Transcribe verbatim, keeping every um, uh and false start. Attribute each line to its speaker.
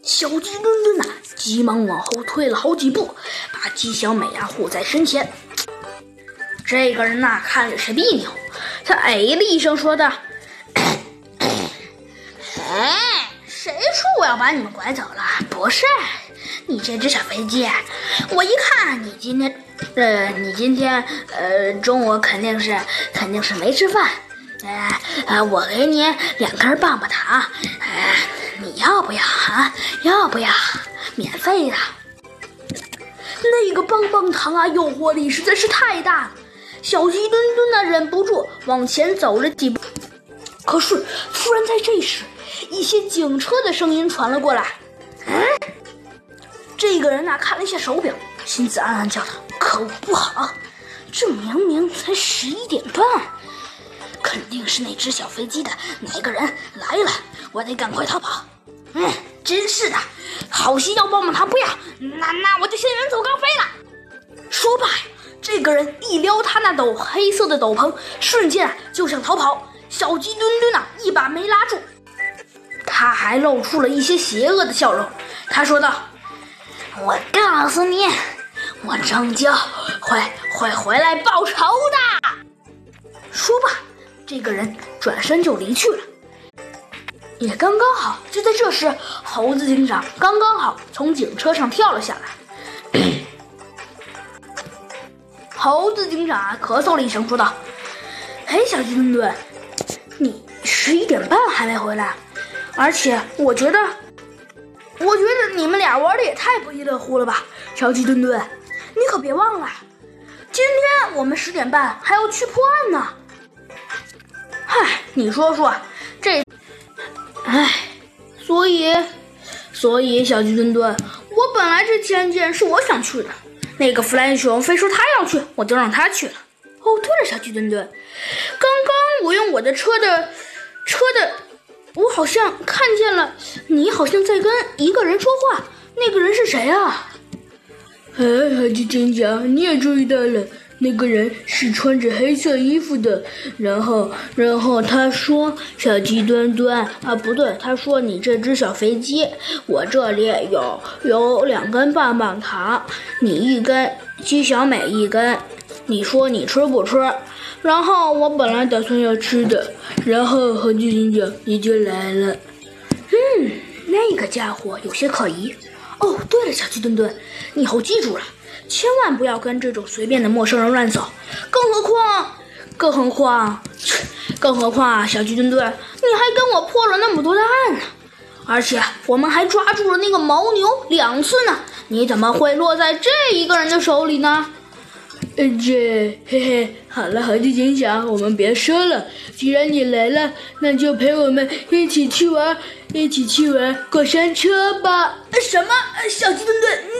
Speaker 1: 小鸡墩墩呐、啊，急忙往后退了好几步，把鸡小美啊护在身前。这个人呐、啊，看着是别扭，他哎了一声，说道：“哎，谁说我要把你们拐走了？不是，你这只小飞机，我一看你今天，呃，你今天呃中午肯定是肯定是没吃饭。”哎，呃，我给你两根棒棒糖，哎，你要不要啊？要不要？免费的。那个棒棒糖啊，诱惑力实在是太大了。小鸡墩墩呢，忍不住往前走了几步。可是，突然在这时，一些警车的声音传了过来。嗯，这个人呐、啊，看了一下手表，心思暗暗叫道：“可恶，不好！这明明才十一点半。”肯定是那只小飞机的哪个人来了，我得赶快逃跑。嗯，真是的，好心要棒棒糖不要，那那我就先远走高飞了。说罢，这个人一撩他那斗黑色的斗篷，瞬间啊就想逃跑。小鸡墩墩啊一把没拉住，他还露出了一些邪恶的笑容。他说道：“我告诉你，我终究会会回来报仇的。”说罢，这个人转身就离去了。也刚刚好，就在这时，猴子警长刚刚好从警车上跳了下来。猴子警长啊咳嗽了一声，说道：“嘿，小鸡墩墩，你十一点半还没回来，而且我觉得，我觉得你们俩玩的也太不亦乐乎了吧，小鸡墩墩，你可别忘了，今天我们十点半还要去破案呢。”嗨，你说说，这，唉，所以，所以小鸡墩墩，我本来这天件是我想去的，那个弗兰熊非说他要去，我就让他去了。哦，对了，小鸡墩墩，刚刚我用我的车的车的，我好像看见了，你好像在跟一个人说话，那个人是谁啊？哎，猴子警长，你也注意到了。那个人是穿着黑色衣服的，然后，然后他说：“小鸡墩墩啊，不对，他说你这只小飞机，我这里有有两根棒棒糖，你一根，鸡小美一根，你说你吃不吃？”然后我本来打算要吃的，然后猴子警长你就来了。嗯，那个家伙有些可疑。哦，对了，小鸡墩墩，你以后记住了。千万不要跟这种随便的陌生人乱走，更何况，更何况，更何况，小鸡墩墩，你还跟我破了那么多的案呢，而且我们还抓住了那个牦牛两次呢，你怎么会落在这一个人的手里呢？呃，这，嘿嘿，好了，猴子警长，我们别说了，既然你来了，那就陪我们一起去玩，一起去玩过山车吧。什么？小鸡墩墩？